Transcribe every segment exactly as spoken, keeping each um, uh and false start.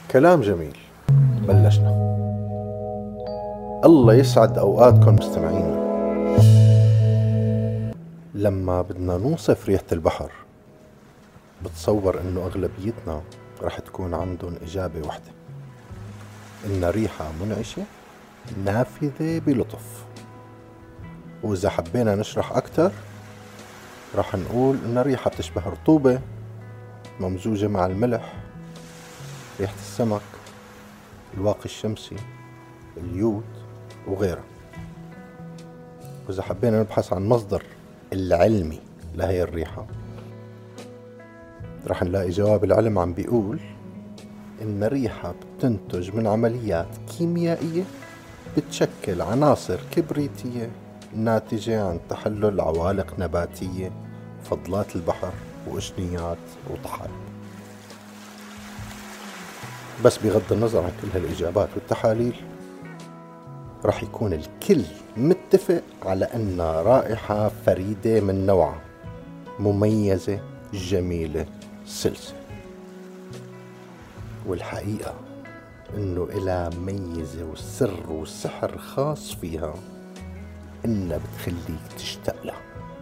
كلام جميل. بلشنا. الله يسعد أوقاتكم مستمعينا. لما بدنا نوصف ريحة البحر بتصور إنه أغلبيتنا رح تكون عندهم إجابة واحدة، إن ريحة منعشة نافذة بلطف. وإذا حبينا نشرح أكتر رح نقول إن ريحة بتشبه رطوبة ممزوجة مع الملح، ريحة السمك، الواقي الشمسي، اليود وغيرها. وإذا حبينا نبحث عن مصدر العلمي لهي الريحة رح نلاقي جواب العلم عم بيقول إن الريحة بتنتج من عمليات كيميائية بتشكل عناصر كبريتية ناتجة عن تحلل عوالق نباتية، فضلات البحر وقشنيات وطحالب. بس بغض النظر عن كل هالإجابات والتحاليل رح يكون الكل متفق على أن رائحة فريدة من نوعها، مميزة جميلة سلسة. والحقيقة إنه إلها ميزة والسر والسحر خاص فيها إنها بتخليك تشتاق لها.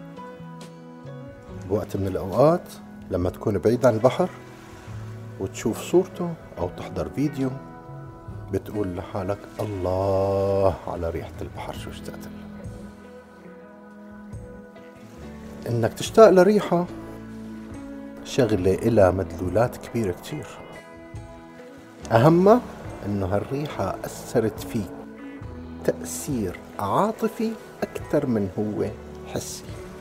بوقت من الأوقات لما تكون بعيد عن البحر وتشوف صورته أو تحضر فيديو بتقول لحالك الله على ريحة البحر شو اشتقت لها. إنك تشتاق لريحة شغلة إلها مدلولات كبيرة كتير، أهمها إنه هالريحة أثرت فيك تأثير عاطفي أكثر من هو حسي.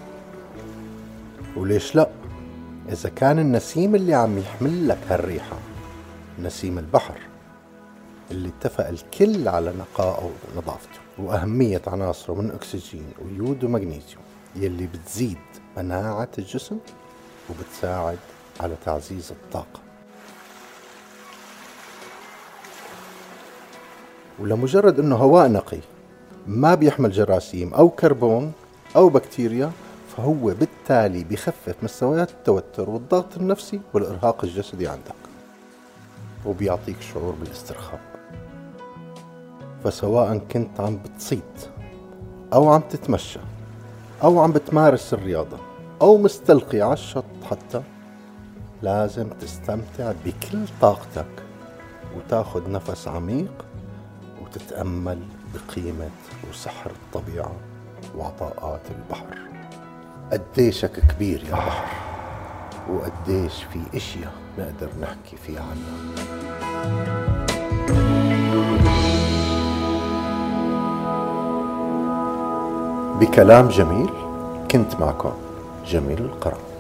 وليش لأ؟ إذا كان النسيم اللي عم يحمل لك هالريحة نسيم البحر اللي اتفق الكل على نقائه ونظافته وأهمية عناصره من أكسجين ويود ومغنيسيوم يلي بتزيد مناعة الجسم وبتساعد على تعزيز الطاقة. ولمجرد انه هواء نقي ما بيحمل جراثيم او كربون او بكتيريا فهو بالتالي بيخفف مستويات التوتر والضغط النفسي والارهاق الجسدي عندك وبيعطيك شعور بالاسترخاء. فسواء كنت عم بتصيد او عم تتمشى او عم بتمارس الرياضة او مستلقي على الشط حتى، لازم تستمتع بكل طاقتك وتاخد نفس عميق وتتأمل بقيمة وسحر الطبيعة وعطاءات البحر. قديشك كبير يا بحر وقديش في اشياء نقدر نحكي فيها عنها. بكلام جميل كنت معكم جميل القرع.